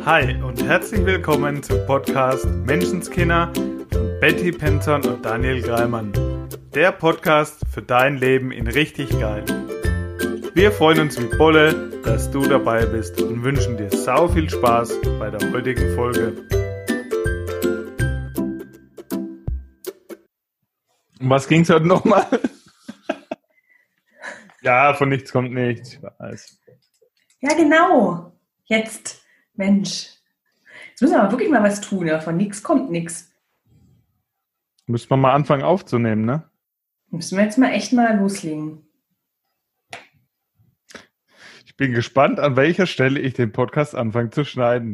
Hi und herzlich willkommen zum Podcast Menschenskinder von Betty Penton und Daniel Greimann. Der Podcast für dein Leben in richtig geil. Wir freuen uns wie Bolle, dass du dabei bist und wünschen dir sau viel Spaß bei der heutigen Folge. Um was ging es heute nochmal? Ja, von nichts kommt nichts. Ich weiß. Ja, genau. Jetzt, Mensch. Jetzt müssen wir aber wirklich mal was tun. Ja? Von nichts kommt nichts. Müssen wir mal anfangen aufzunehmen, ne? Müssen wir jetzt mal echt mal loslegen. Ich bin gespannt, an welcher Stelle ich den Podcast anfange zu schneiden.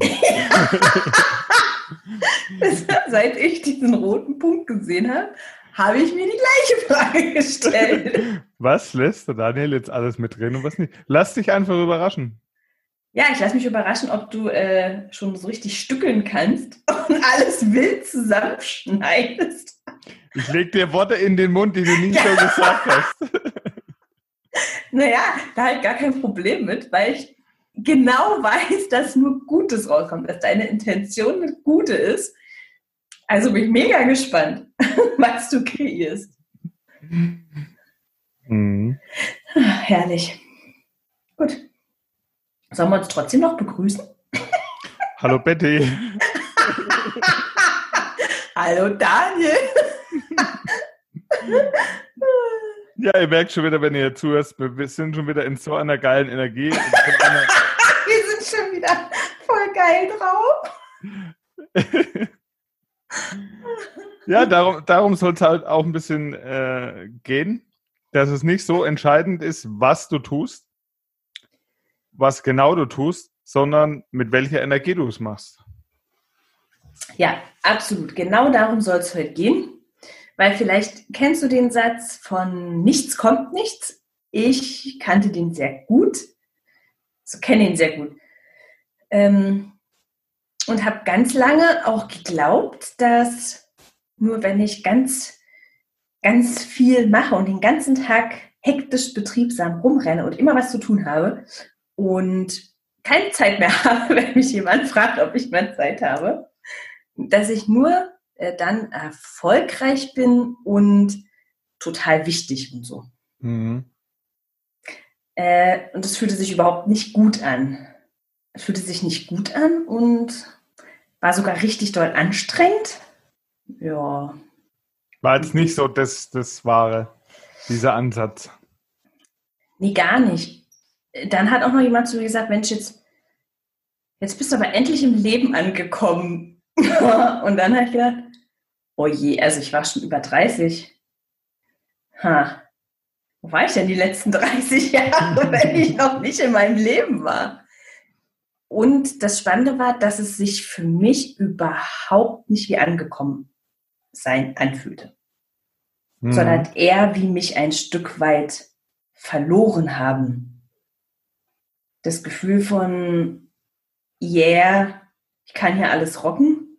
Seit ich diesen roten Punkt gesehen habe ich mir die gleiche Frage gestellt. Was lässt der Daniel jetzt alles mit drin und was nicht? Lass dich einfach überraschen. Ja, ich lasse mich überraschen, ob du schon so richtig stückeln kannst und alles wild zusammenschneidest. Ich leg dir Worte in den Mund, die du nie so gesagt hast. Naja, da habe ich gar kein Problem mit, weil ich genau weiß, dass nur Gutes rauskommt, dass deine Intention eine gute ist. Also bin ich mega gespannt, was du kreierst. Mhm. Herrlich. Gut. Sollen wir uns trotzdem noch begrüßen? Hallo Betty. Hallo Daniel. Ja, ihr merkt schon wieder, wenn ihr zuhört, wir sind schon wieder in so einer geilen Energie. Wir sind schon wieder voll geil drauf. Ja, darum soll es halt auch ein bisschen gehen, dass es nicht so entscheidend ist, was du tust, was genau du tust, sondern mit welcher Energie du es machst. Ja, absolut. Genau darum soll es heute gehen. Weil vielleicht kennst du den Satz von nichts kommt nichts. Ich kannte den sehr gut. Also kenne ihn sehr gut. Und habe ganz lange auch geglaubt, dass nur wenn ich ganz, ganz viel mache und den ganzen Tag hektisch betriebsam rumrenne und immer was zu tun habe und keine Zeit mehr habe, wenn mich jemand fragt, ob ich mal Zeit habe, dass ich nur dann erfolgreich bin und total wichtig und so. Mhm. Und es fühlte sich überhaupt nicht gut an. Es fühlte sich nicht gut an und war sogar richtig doll anstrengend. Ja. War jetzt nicht so das Wahre, dieser Ansatz. Nee, gar nicht. Dann hat auch noch jemand zu mir gesagt, Mensch, jetzt bist du aber endlich im Leben angekommen. Und dann habe ich gedacht, oh je, also ich war schon über 30. Wo war ich denn die letzten 30 Jahre, wenn ich noch nicht in meinem Leben war? Und das Spannende war, dass es sich für mich überhaupt nicht wie angekommen sein anfühlte, sondern eher wie mich ein Stück weit verloren haben. Das Gefühl von, yeah, ich kann hier alles rocken,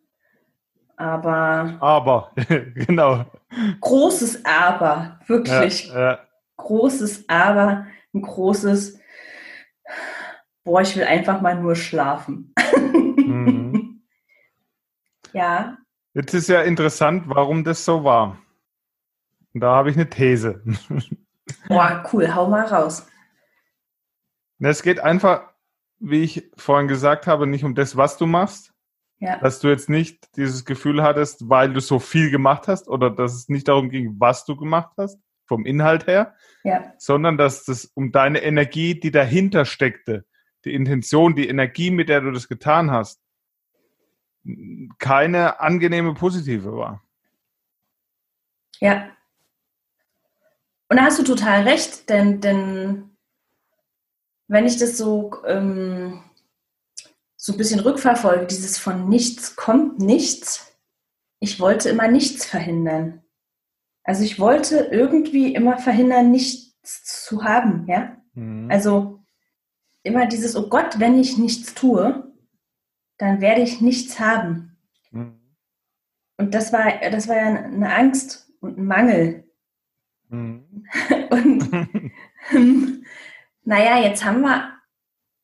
aber, genau. Großes Aber, wirklich. Ja. Großes Aber, ein großes, ich will einfach mal nur schlafen. Mhm. Ja. Jetzt ist ja interessant, warum das so war. Und da habe ich eine These. Boah, cool, hau mal raus. Es geht einfach, wie ich vorhin gesagt habe, nicht um das, was du machst. Ja. Dass du jetzt nicht dieses Gefühl hattest, weil du so viel gemacht hast oder dass es nicht darum ging, was du gemacht hast, vom Inhalt her, sondern dass es um deine Energie, die dahinter steckte, die Intention, die Energie, mit der du das getan hast, keine angenehme, positive war. Ja. Und da hast du total recht, denn wenn ich das so ein bisschen rückverfolge, dieses von nichts kommt nichts, ich wollte immer nichts verhindern. Also ich wollte irgendwie immer verhindern, nichts zu haben, ja. Mhm. Also immer dieses, oh Gott, wenn ich nichts tue, dann werde ich nichts haben. Mhm. Und das war ja eine Angst und ein Mangel. Mhm. Und naja, jetzt haben wir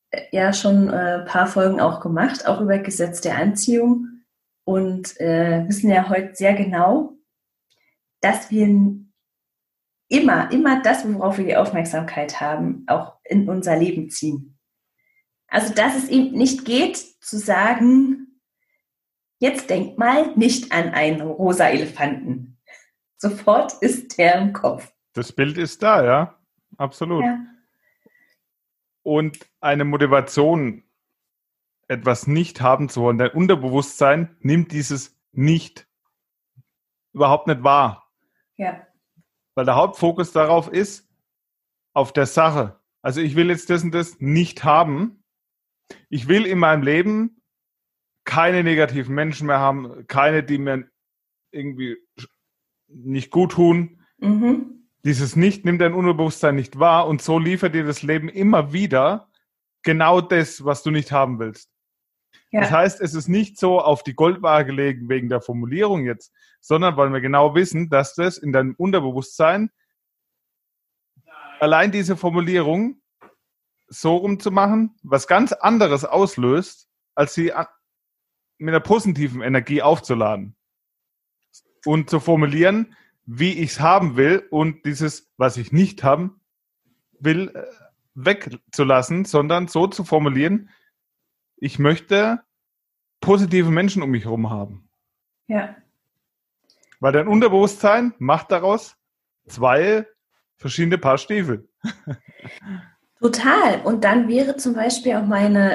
ja schon ein paar Folgen auch gemacht, auch über Gesetz der Anziehung und wissen ja heute sehr genau, dass wir immer das, worauf wir die Aufmerksamkeit haben, auch in unser Leben ziehen. Also, dass es eben nicht geht, zu sagen, jetzt denk mal nicht an einen rosa Elefanten. Sofort ist der im Kopf. Das Bild ist da, ja, absolut. Ja. Und eine Motivation, etwas nicht haben zu wollen, dein Unterbewusstsein nimmt dieses nicht überhaupt nicht wahr. Ja. Weil der Hauptfokus darauf ist, auf der Sache. Also ich will jetzt das und das nicht haben. Ich will in meinem Leben keine negativen Menschen mehr haben, keine, die mir irgendwie nicht gut tun. Mhm. Dieses Nicht nimmt dein Unterbewusstsein nicht wahr und so liefert dir das Leben immer wieder genau das, was du nicht haben willst. Ja. Das heißt, es ist nicht so auf die Goldwaage gelegen wegen der Formulierung jetzt, sondern weil wir genau wissen, dass das in deinem Unterbewusstsein allein diese Formulierung so rumzumachen, was ganz anderes auslöst, als sie mit einer positiven Energie aufzuladen. Und zu formulieren, wie ich es haben will und dieses, was ich nicht haben will, wegzulassen, sondern so zu formulieren, ich möchte positive Menschen um mich herum haben. Ja. Weil dein Unterbewusstsein macht daraus 2 verschiedene Paar Stiefel. Total. Und dann wäre zum Beispiel auch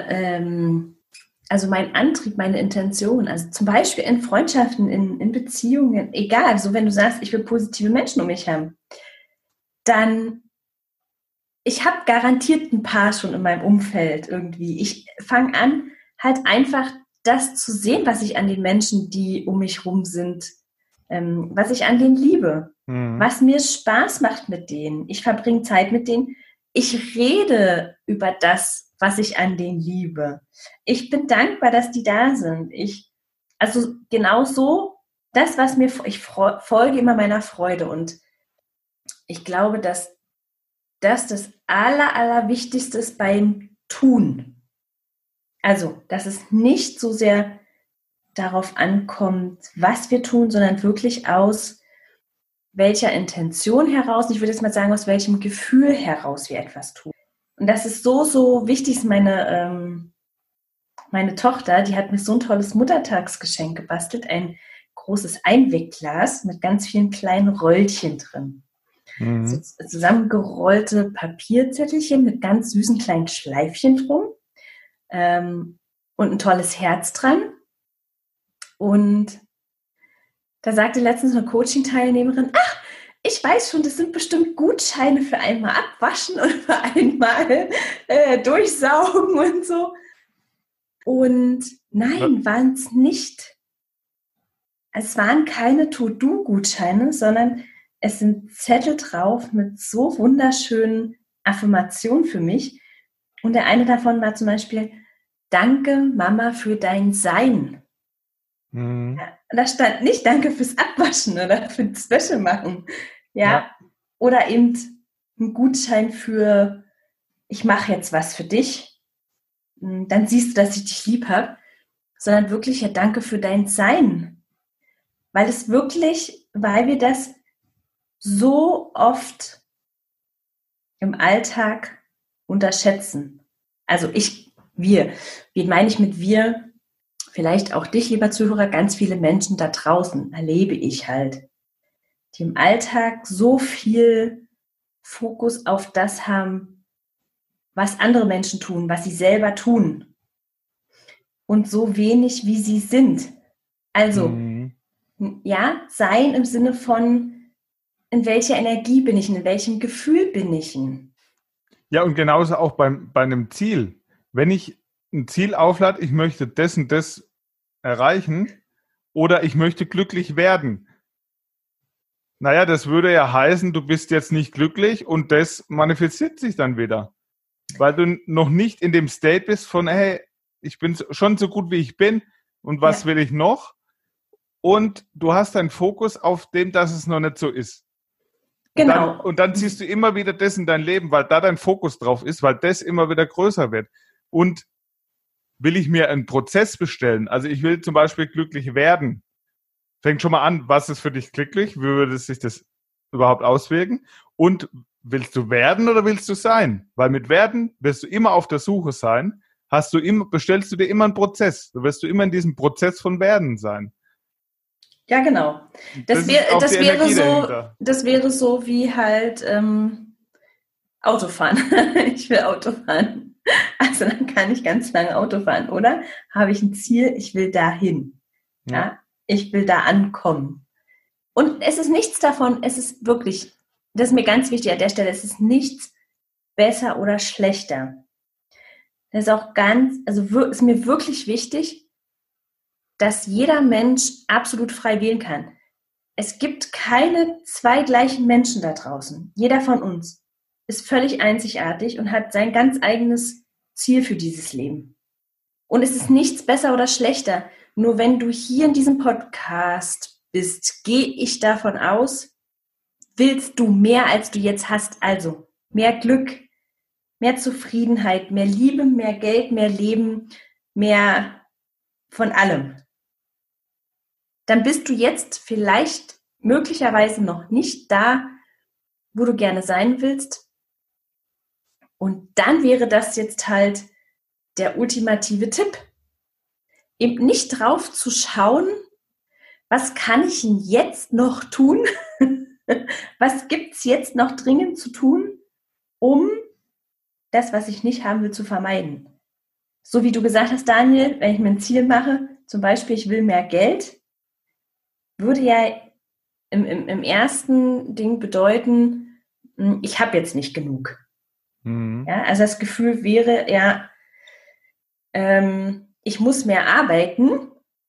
also mein Antrieb, meine Intention, also zum Beispiel in Freundschaften, in Beziehungen, egal, so wenn du sagst, ich will positive Menschen um mich haben, dann, ich habe garantiert ein paar schon in meinem Umfeld irgendwie. Ich fange an, halt einfach das zu sehen, was ich an den Menschen, die um mich rum sind, was ich an denen liebe, was mir Spaß macht mit denen. Ich verbringe Zeit mit denen. Ich rede über das, was ich an denen liebe. Ich bin dankbar, dass die da sind. Also genau so, das, was mir, ich folge immer meiner Freude und ich glaube, dass das Allerwichtigste ist beim Tun. Also, dass es nicht so sehr darauf ankommt, was wir tun, sondern wirklich aus welcher Intention heraus, ich würde jetzt mal sagen, aus welchem Gefühl heraus wir etwas tun. Und das ist so wichtig. Meine Tochter, die hat mir so ein tolles Muttertagsgeschenk gebastelt, ein großes Einwegglas mit ganz vielen kleinen Röllchen drin. Mhm. So zusammengerollte Papierzettelchen mit ganz süßen kleinen Schleifchen drum und ein tolles Herz dran. Und da sagte letztens eine Coaching-Teilnehmerin, ach, ich weiß schon, das sind bestimmt Gutscheine für einmal abwaschen und für einmal durchsaugen und so. Und nein, waren es nicht. Es waren keine To-Do-Gutscheine, sondern es sind Zettel drauf mit so wunderschönen Affirmationen für mich. Und der eine davon war zum Beispiel, danke Mama für dein Sein. Mhm. Ja, da stand nicht danke fürs Abwaschen oder fürs Wäsche machen. Ja. Oder eben ein Gutschein für ich mache jetzt was für dich. Dann siehst du, dass ich dich lieb habe. Sondern wirklich ja danke für dein Sein. Weil wir das so oft im Alltag unterschätzen. Also wir. Wen meine ich mit wir? Vielleicht auch dich, lieber Zuhörer, ganz viele Menschen da draußen erlebe ich halt, die im Alltag so viel Fokus auf das haben, was andere Menschen tun, was sie selber tun und so wenig, wie sie sind. Also, ja, sein im Sinne von, in welcher Energie bin ich, in welchem Gefühl bin ich. Ja, und genauso auch bei einem Ziel. Wenn ich ein Ziel auflade, ich möchte das und das erreichen oder ich möchte glücklich werden. Naja, das würde ja heißen, du bist jetzt nicht glücklich und das manifestiert sich dann wieder. Weil du noch nicht in dem State bist von, hey, ich bin schon so gut, wie ich bin und was will ich noch? Und du hast deinen Fokus auf dem, dass es noch nicht so ist. Genau. Und dann ziehst du immer wieder das in dein Leben, weil da dein Fokus drauf ist, weil das immer wieder größer wird. Und will ich mir einen Prozess bestellen? Also ich will zum Beispiel glücklich werden. Fängt schon mal an, was ist für dich glücklich? Wie würde sich das überhaupt auswirken? Und willst du werden oder willst du sein? Weil mit werden wirst du immer auf der Suche sein. Bestellst du dir immer einen Prozess. Du wirst du immer in diesem Prozess von werden sein. Ja, genau. Das wäre so wie halt Autofahren. Ich will Auto fahren. Also dann kann ich ganz lange Auto fahren, oder? Habe ich ein Ziel, ich will dahin. Ja? Ich will da ankommen. Und es ist nichts davon, es ist wirklich, das ist mir ganz wichtig an der Stelle, es ist nichts besser oder schlechter. Das ist auch ist mir wirklich wichtig, dass jeder Mensch absolut frei wählen kann. Es gibt keine zwei gleichen Menschen da draußen. Jeder von uns ist völlig einzigartig und hat sein ganz eigenes Ziel für dieses Leben. Und es ist nichts besser oder schlechter. Nur wenn du hier in diesem Podcast bist, gehe ich davon aus, willst du mehr, als du jetzt hast. Also mehr Glück, mehr Zufriedenheit, mehr Liebe, mehr Geld, mehr Leben, mehr von allem. Dann bist du jetzt vielleicht möglicherweise noch nicht da, wo du gerne sein willst. Und dann wäre das jetzt halt der ultimative Tipp. Eben nicht drauf zu schauen, was kann ich denn jetzt noch tun? Was gibt es jetzt noch dringend zu tun, um das, was ich nicht haben will, zu vermeiden? So wie du gesagt hast, Daniel, wenn ich mir ein Ziel mache, zum Beispiel, ich will mehr Geld, würde ja im ersten Ding bedeuten, ich habe jetzt nicht genug. Mhm. Ja, also das Gefühl wäre ja, ich muss mehr arbeiten,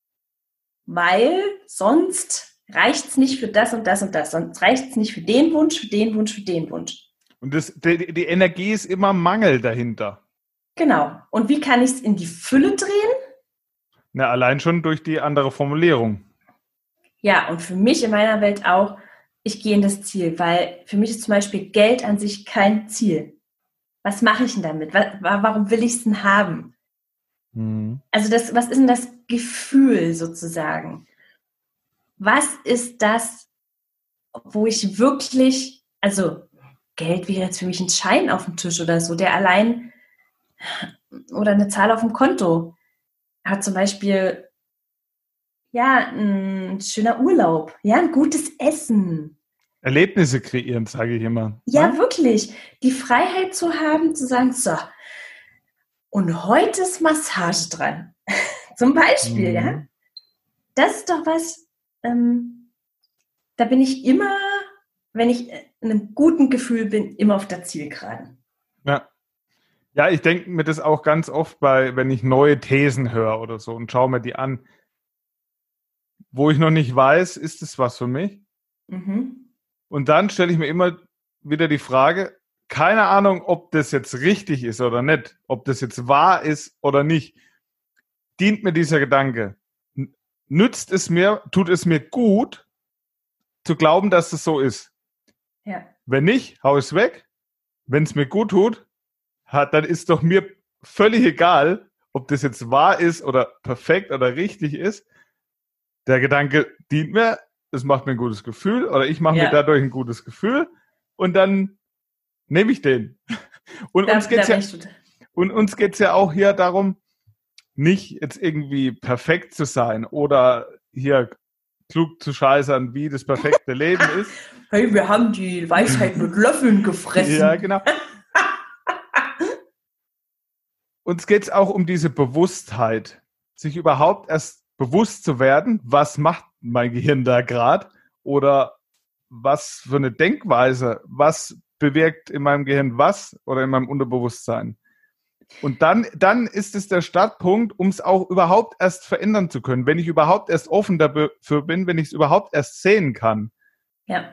weil sonst reicht es nicht für das und das und das. Sonst reicht es nicht für den Wunsch, für den Wunsch, für den Wunsch. Und die Energie ist immer Mangel dahinter. Genau. Und wie kann ich es in die Fülle drehen? Na, allein schon durch die andere Formulierung. Ja, und für mich in meiner Welt auch, ich gehe in das Ziel, weil für mich ist zum Beispiel Geld an sich kein Ziel. Was mache ich denn damit? Warum will ich es denn haben? Mhm. Also was ist denn das Gefühl sozusagen? Was ist das, wo ich wirklich, also Geld wäre jetzt für mich ein Schein auf dem Tisch oder so, der allein, oder eine Zahl auf dem Konto, hat zum Beispiel, ja, ein schöner Urlaub, ja, ein gutes Essen. Erlebnisse kreieren, sage ich immer. Ja, ne? Wirklich. Die Freiheit zu haben, zu sagen, so, und heute ist Massage dran. Zum Beispiel, ja. Das ist doch was, da bin ich immer, wenn ich in einem guten Gefühl bin, immer auf der Zielgeraden. Ja. Ja, ich denke mir das auch ganz oft wenn ich neue Thesen höre oder so und schaue mir die an, wo ich noch nicht weiß, ist es was für mich? Mhm. Und dann stelle ich mir immer wieder die Frage, keine Ahnung, ob das jetzt richtig ist oder nicht, ob das jetzt wahr ist oder nicht. Dient mir dieser Gedanke? Nützt es mir, tut es mir gut, zu glauben, dass es so ist? Ja. Wenn nicht, hau es weg. Wenn es mir gut tut, dann ist doch mir völlig egal, ob das jetzt wahr ist oder perfekt oder richtig ist. Der Gedanke dient mir, es macht mir ein gutes Gefühl oder ich mache mir dadurch ein gutes Gefühl und dann nehme ich den. Und uns geht's ja auch hier darum, nicht jetzt irgendwie perfekt zu sein oder hier klug zu scheißern, wie das perfekte Leben ist. Hey, wir haben die Weisheit mit Löffeln gefressen. Ja, genau. Uns geht's auch um diese Bewusstheit, sich überhaupt erst bewusst zu werden, was macht mein Gehirn da gerade oder was für eine Denkweise, was bewirkt in meinem Gehirn was oder in meinem Unterbewusstsein. Und dann ist es der Startpunkt, um es auch überhaupt erst verändern zu können, wenn ich überhaupt erst offen dafür bin, wenn ich es überhaupt erst sehen kann. Ja.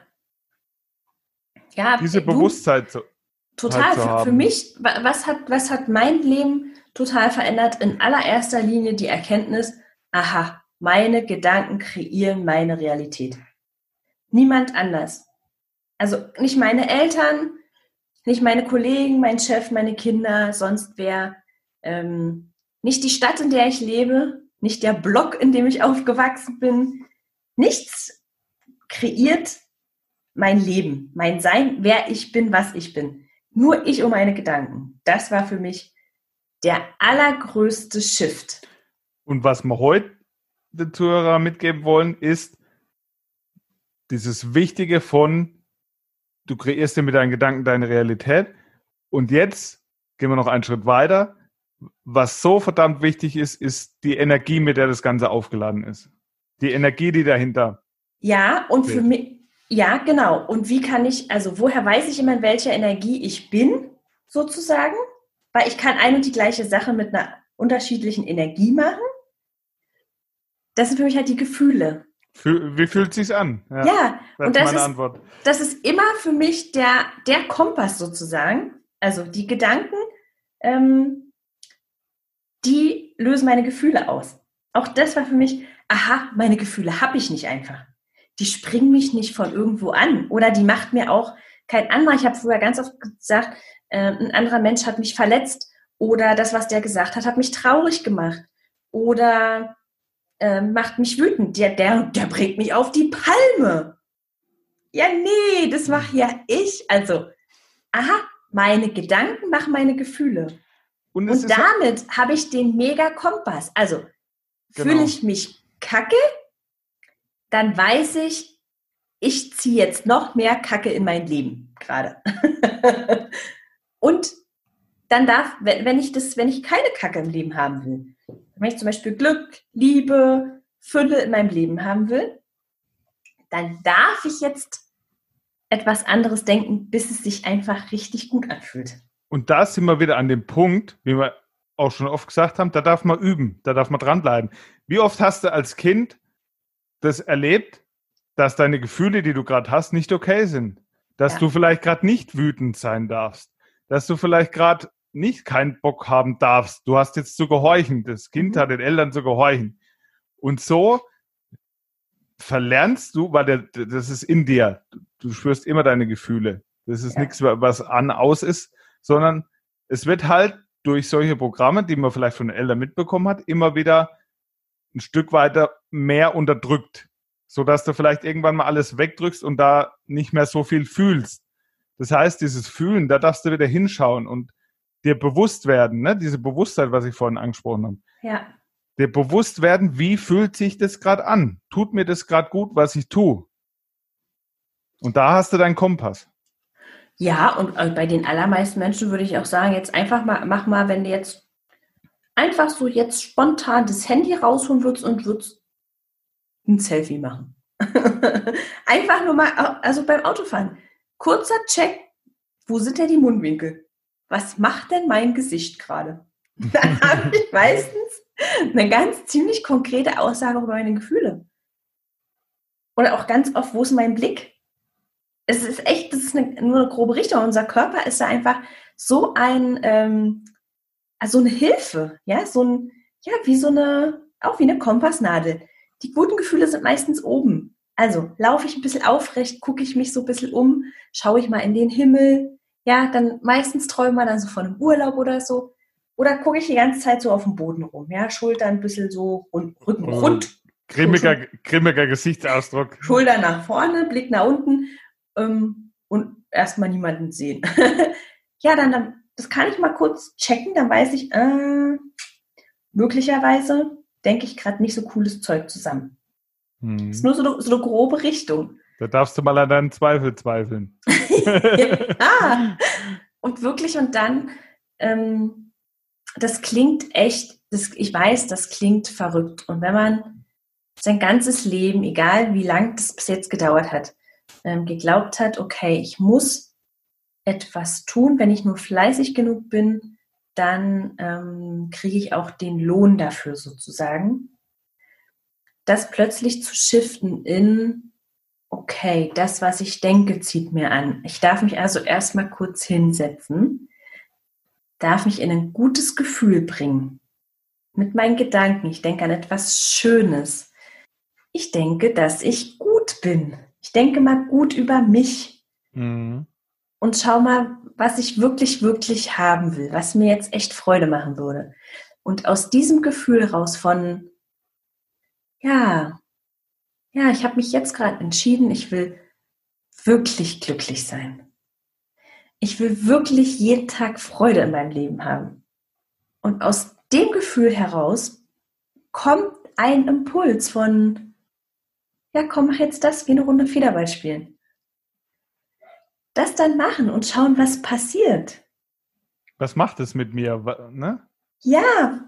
Diese Bewusstheit total. Halt zu haben. Für mich, was hat mein Leben total verändert? In allererster Linie die Erkenntnis, aha, meine Gedanken kreieren meine Realität. Niemand anders. Also nicht meine Eltern, nicht meine Kollegen, mein Chef, meine Kinder, sonst wer. nicht die Stadt, in der ich lebe, nicht der Block, in dem ich aufgewachsen bin. Nichts kreiert mein Leben, mein Sein, wer ich bin, was ich bin. Nur ich und meine Gedanken. Das war für mich der allergrößte Shift. Und was wir heute den Zuhörern mitgeben wollen, ist dieses Wichtige von, du kreierst dir mit deinen Gedanken deine Realität. Und jetzt gehen wir noch einen Schritt weiter. Was so verdammt wichtig ist, ist die Energie, mit der das Ganze aufgeladen ist. Die Energie, die dahinter. Ja, und für mich, ja, genau. Und wie kann ich, also woher weiß ich immer, in welcher Energie ich bin, sozusagen? Weil ich kann ein und die gleiche Sache mit einer unterschiedlichen Energie machen. Das sind für mich halt die Gefühle. Wie fühlt es sich an? Ja, und das meine ist, Antwort. Das ist immer für mich der Kompass sozusagen. Also die Gedanken, die lösen meine Gefühle aus. Auch das war für mich, aha, meine Gefühle habe ich nicht einfach. Die springen mich nicht von irgendwo an. Oder die macht mir auch kein anderer. Ich habe früher ganz oft gesagt, ein anderer Mensch hat mich verletzt. Oder das, was der gesagt hat, hat mich traurig gemacht. Oder macht mich wütend. Der bringt mich auf die Palme. Ja, nee, das mache ja ich. Also, aha, meine Gedanken machen meine Gefühle. Und damit habe ich den Mega-Kompass. Also, fühle ich mich kacke, dann weiß ich, ich ziehe jetzt noch mehr Kacke in mein Leben gerade. Und dann wenn ich keine Kacke im Leben haben will, wenn ich zum Beispiel Glück, Liebe, Fülle in meinem Leben haben will, dann darf ich jetzt etwas anderes denken, bis es sich einfach richtig gut anfühlt. Und da sind wir wieder an dem Punkt, wie wir auch schon oft gesagt haben, da darf man üben, da darf man dranbleiben. Wie oft hast du als Kind das erlebt, dass deine Gefühle, die du gerade hast, nicht okay sind? Dass du vielleicht gerade nicht wütend sein darfst, dass du vielleicht gerade nicht keinen Bock haben darfst. Du hast jetzt zu gehorchen. Das Kind hat den Eltern zu gehorchen. Und so verlernst du, weil das ist in dir. Du spürst immer deine Gefühle. Das ist nichts, was aus ist, sondern es wird halt durch solche Programme, die man vielleicht von den Eltern mitbekommen hat, immer wieder ein Stück weiter mehr unterdrückt, sodass du vielleicht irgendwann mal alles wegdrückst und da nicht mehr so viel fühlst. Das heißt, dieses Fühlen, da darfst du wieder hinschauen und dir bewusst werden, ne? Diese Bewusstheit, was ich vorhin angesprochen habe. Ja. Dir bewusst werden, wie fühlt sich das gerade an? Tut mir das gerade gut, was ich tue? Und da hast du deinen Kompass. Ja, und bei den allermeisten Menschen würde ich auch sagen, jetzt einfach mal, mach mal, wenn du jetzt einfach so jetzt spontan das Handy rausholen würdest und würdest ein Selfie machen. Einfach nur mal, also beim Autofahren, kurzer Check, wo sind denn die Mundwinkel? Was macht denn mein Gesicht gerade? Dann habe ich meistens eine ganz ziemlich konkrete Aussage über meine Gefühle. Und auch ganz oft, wo ist mein Blick? Es ist echt, das ist nur eine grobe Richtung. Unser Körper ist da einfach so also eine Hilfe, ja, auch wie eine Kompassnadel. Die guten Gefühle sind meistens oben. Also laufe ich ein bisschen aufrecht, gucke ich mich so ein bisschen um, schaue ich mal in den Himmel, ja, dann meistens träume ich dann so von einem Urlaub oder so. Oder gucke ich die ganze Zeit so auf dem Boden rum, ja, Schultern ein bisschen so und Rücken rund. Grimmiger Gesichtsausdruck. Schultern nach vorne, Blick nach unten und erstmal niemanden sehen. Ja, dann, das kann ich mal kurz checken, dann weiß ich, möglicherweise denke ich gerade nicht so cooles Zeug zusammen. Das ist nur so eine grobe Richtung. Da darfst du mal an deinen Zweifel zweifeln. Ja, und wirklich, und dann, das klingt echt, ich weiß, das klingt verrückt. Und wenn man sein ganzes Leben, egal wie lang das bis jetzt gedauert hat, geglaubt hat, okay, ich muss etwas tun, wenn ich nur fleißig genug bin, dann kriege ich auch den Lohn dafür sozusagen. Das plötzlich zu shiften in, okay, das, was ich denke, zieht mir an. Ich darf mich also erstmal kurz hinsetzen, darf mich in ein gutes Gefühl bringen. Mit meinen Gedanken. Ich denke an etwas Schönes. Ich denke, dass ich gut bin. Ich denke mal gut über mich. Mhm. und schau mal, was ich wirklich, wirklich haben will, was mir jetzt echt Freude machen würde. Und aus diesem Gefühl raus von, ja, ich habe mich jetzt gerade entschieden, ich will wirklich glücklich sein. Ich will wirklich jeden Tag Freude in meinem Leben haben. Und aus dem Gefühl heraus kommt ein Impuls von, ja komm, mach jetzt das, geh eine Runde Federball spielen. Das dann machen und schauen, was passiert. Was macht es mit mir? Ne? Ja,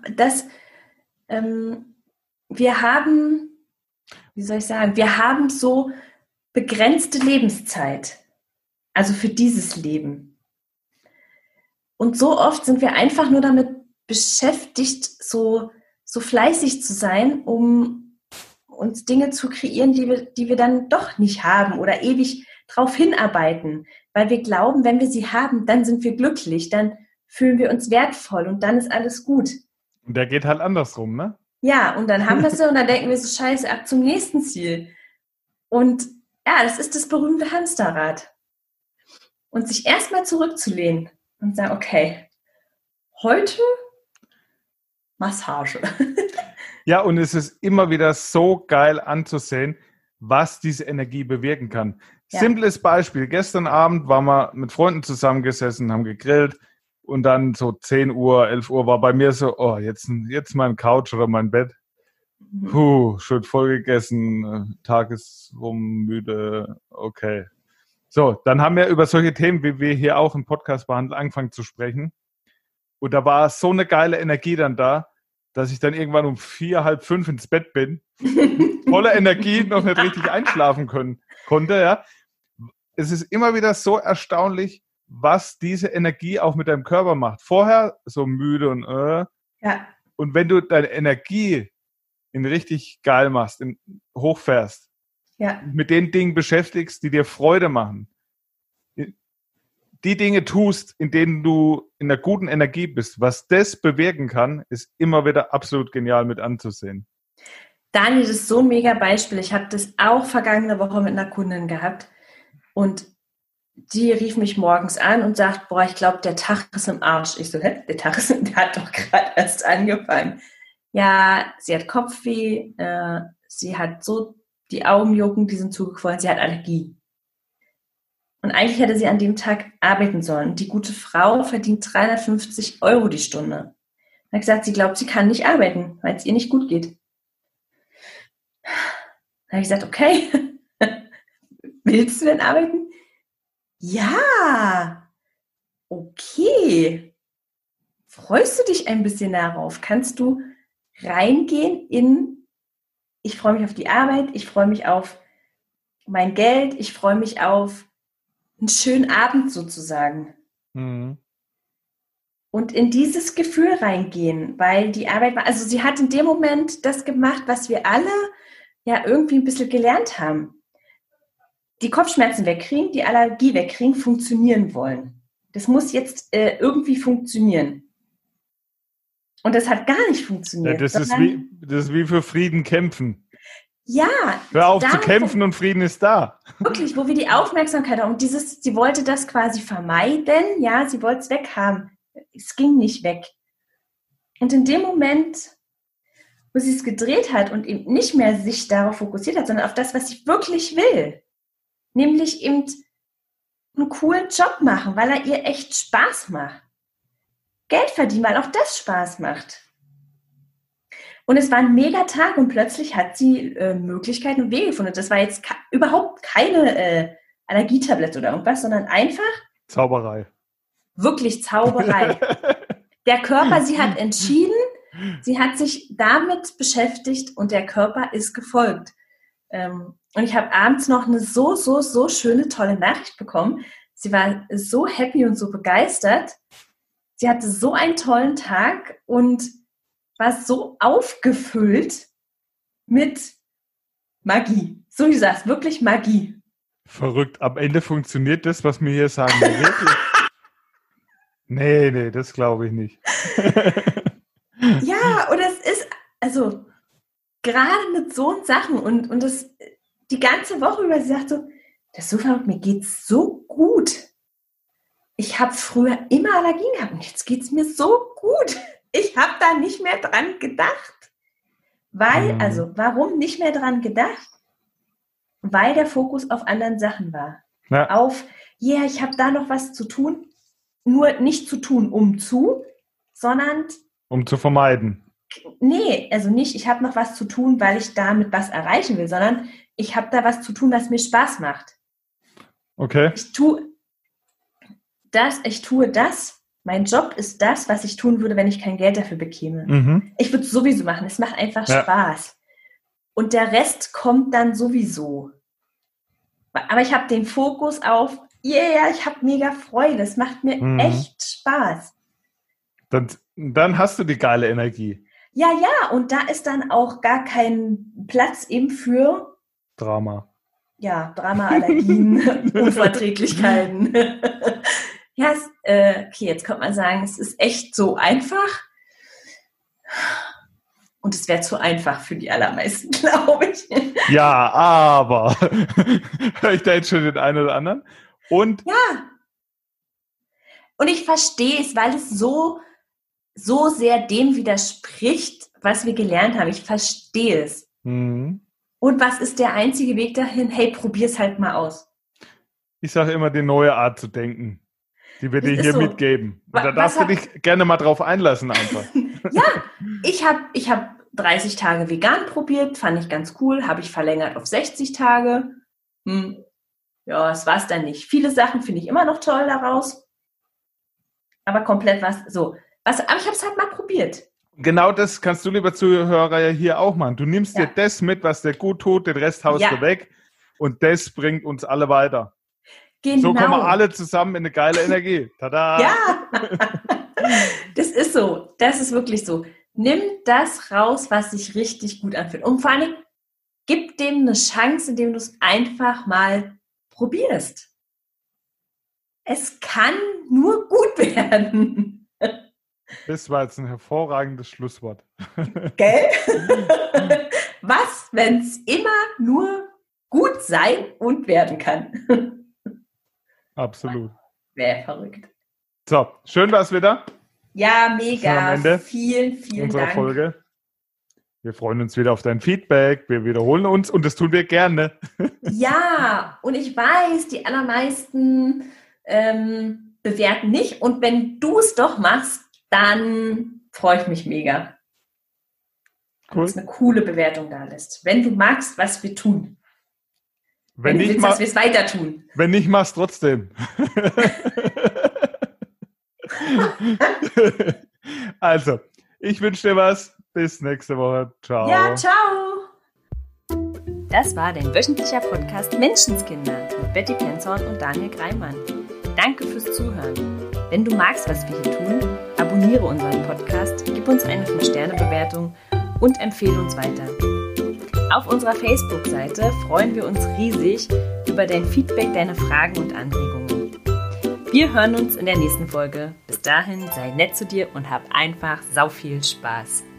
wir haben, wie soll ich sagen, wir haben so begrenzte Lebenszeit. Also für dieses Leben. Und so oft sind wir einfach nur damit beschäftigt, so fleißig zu sein, um uns Dinge zu kreieren, die wir dann doch nicht haben oder ewig drauf hinarbeiten. Weil wir glauben, wenn wir sie haben, dann sind wir glücklich, dann fühlen wir uns wertvoll und dann ist alles gut. Und der geht halt andersrum, ne? Ja, und dann haben wir sie und dann denken wir so, scheiße, ab zum nächsten Ziel. Und ja, das ist das berühmte Hamsterrad. Und sich erstmal zurückzulehnen und sagen, okay, heute Massage. Ja, und es ist immer wieder so geil anzusehen, was diese Energie bewirken kann. Ja. Simples Beispiel. Gestern Abend waren wir mit Freunden zusammengesessen, haben gegrillt und dann so 10 Uhr, 11 Uhr war bei mir so, oh, jetzt mein Couch oder mein Bett. Puh, schon voll gegessen, Tag ist rum, müde, okay. So, dann haben wir über solche Themen, wie wir hier auch im Podcast behandeln, angefangen zu sprechen. Und da war so eine geile Energie dann da, dass ich dann irgendwann um 4, halb 5 ins Bett bin, voller Energie, noch nicht richtig einschlafen konnte. Ja. Es ist immer wieder so erstaunlich, was diese Energie auch mit deinem Körper macht. Vorher so müde und ja. Und wenn du deine Energie in richtig geil machst, hochfährst, ja. mit den Dingen beschäftigst, die dir Freude machen, die Dinge tust, in denen du in einer guten Energie bist, was das bewirken kann, ist immer wieder absolut genial mit anzusehen. Daniel, das ist so ein mega Beispiel. Ich habe das auch vergangene Woche mit einer Kundin gehabt und die rief mich morgens an und sagt, boah, ich glaube, der Tag ist im Arsch. Ich so, der hat doch gerade erst angefangen. Ja, sie hat Kopfweh, sie hat so die Augen jucken, die sind zugequollen, sie hat Allergie. Und eigentlich hätte sie an dem Tag arbeiten sollen. Die gute Frau verdient 350 € die Stunde. Hat gesagt, sie glaubt, sie kann nicht arbeiten, weil es ihr nicht gut geht. Dann habe ich gesagt, okay, willst du denn arbeiten? Ja, okay. Freust du dich ein bisschen darauf? Kannst du reingehen in, ich freue mich auf die Arbeit, ich freue mich auf mein Geld, ich freue mich auf einen schönen Abend sozusagen. Mhm. Und in dieses Gefühl reingehen, weil die Arbeit war, also sie hat in dem Moment das gemacht, was wir alle ja irgendwie ein bisschen gelernt haben. Die Kopfschmerzen wegkriegen, die Allergie wegkriegen, funktionieren wollen. Das muss jetzt irgendwie funktionieren. Und das hat gar nicht funktioniert. Ja, das ist wie für Frieden kämpfen. Ja. Hör auf zu kämpfen und Frieden ist da. Wirklich, wo wir die Aufmerksamkeit haben. Und sie wollte das quasi vermeiden. Ja, sie wollte es weghaben. Es ging nicht weg. Und in dem Moment, wo sie es gedreht hat und eben nicht mehr sich darauf fokussiert hat, sondern auf das, was sie wirklich will, nämlich eben einen coolen Job machen, weil er ihr echt Spaß macht. Geld verdienen, weil auch das Spaß macht. Und es war ein mega Tag und plötzlich hat sie Möglichkeiten und Wege gefunden. Das war jetzt überhaupt keine Allergietablette oder irgendwas, sondern einfach Zauberei. Wirklich Zauberei. Der Körper, sie hat entschieden, sie hat sich damit beschäftigt und der Körper ist gefolgt. Und ich habe abends noch eine so schöne, tolle Nachricht bekommen. Sie war so happy und so begeistert. Sie hatte so einen tollen Tag und war so aufgefüllt mit Magie. So wie du sagst, wirklich Magie. Verrückt. Am Ende funktioniert das, was wir hier sagen. Wirklich? Nee, das glaube ich nicht. Ja, und es ist, also gerade mit so Sachen und das die ganze Woche über, sie sagt so, das ist so verrückt, mir geht's so gut. ich habe früher immer Allergien gehabt und jetzt geht es mir so gut. Ich habe da nicht mehr dran gedacht. Warum nicht mehr dran gedacht? Weil der Fokus auf anderen Sachen war. Ja. Ich habe da noch was zu tun. Nur nicht zu tun, sondern... Um zu vermeiden. Nee, also nicht, ich habe noch was zu tun, weil ich damit was erreichen will, sondern ich habe da was zu tun, was mir Spaß macht. Okay. Ich tue das. Mein Job ist das, was ich tun würde, wenn ich kein Geld dafür bekäme. Mhm. Ich würde es sowieso machen. Es macht einfach Spaß. Und der Rest kommt dann sowieso. Aber ich habe den Fokus auf, ich habe mega Freude. Es macht mir echt Spaß. Dann hast du die geile Energie. Ja, und da ist dann auch gar kein Platz eben für Drama. Ja, Drama, Allergien, Unverträglichkeiten. Okay, jetzt könnte man sagen, es ist echt so einfach. Und es wäre zu einfach für die allermeisten, glaube ich. Ja, aber höre ich da jetzt schon den einen oder anderen? Und ich verstehe es, weil es so sehr dem widerspricht, was wir gelernt haben. Ich verstehe es. Mhm. Und was ist der einzige Weg dahin? Hey, probier's halt mal aus. Ich sage immer, die neue Art zu denken, die wir dir hier mitgeben. Und da darfst du dich gerne mal drauf einlassen einfach. Ja, ich hab 30 Tage vegan probiert, fand ich ganz cool, habe ich verlängert auf 60 Tage. Ja, das war's dann nicht. Viele Sachen finde ich immer noch toll daraus. Aber komplett aber ich habe es halt mal probiert. Genau das kannst du, lieber Zuhörer, ja hier auch machen. Du nimmst dir das mit, was dir gut tut, den Rest haust du weg und das bringt uns alle weiter. Genau. So kommen wir alle zusammen in eine geile Energie. Tada! Ja, das ist so. Das ist wirklich so. Nimm das raus, was sich richtig gut anfühlt. Und vor allem, gib dem eine Chance, indem du es einfach mal probierst. Es kann nur gut werden. Das war jetzt ein hervorragendes Schlusswort. Gell? Was, wenn es immer nur gut sein und werden kann? Absolut. Wäre verrückt. So, schön war es wieder. Ja, mega. Am Ende vielen unserer Dank. Folge. Wir freuen uns wieder auf dein Feedback. Wir wiederholen uns und das tun wir gerne. Ja, und ich weiß, die allermeisten bewerten nicht. Und wenn du es doch machst, dann freue ich mich mega. Cool. Wenn es eine coole Bewertung da lässt. Wenn du magst, was wir tun. Wenn du willst, dass wir es weiter tun. Wenn nicht, mach's trotzdem. Also, ich wünsche dir was. Bis nächste Woche. Ciao. Ja, ciao. Das war dein wöchentlicher Podcast Menschenskinder mit Betty Penzorn und Daniel Greimann. Danke fürs Zuhören. Wenn du magst, was wir hier tun, abonniere unseren Podcast, gib uns eine 5-Sterne-Bewertung und empfehle uns weiter. Auf unserer Facebook-Seite freuen wir uns riesig über dein Feedback, deine Fragen und Anregungen. Wir hören uns in der nächsten Folge. Bis dahin, sei nett zu dir und hab einfach sau viel Spaß.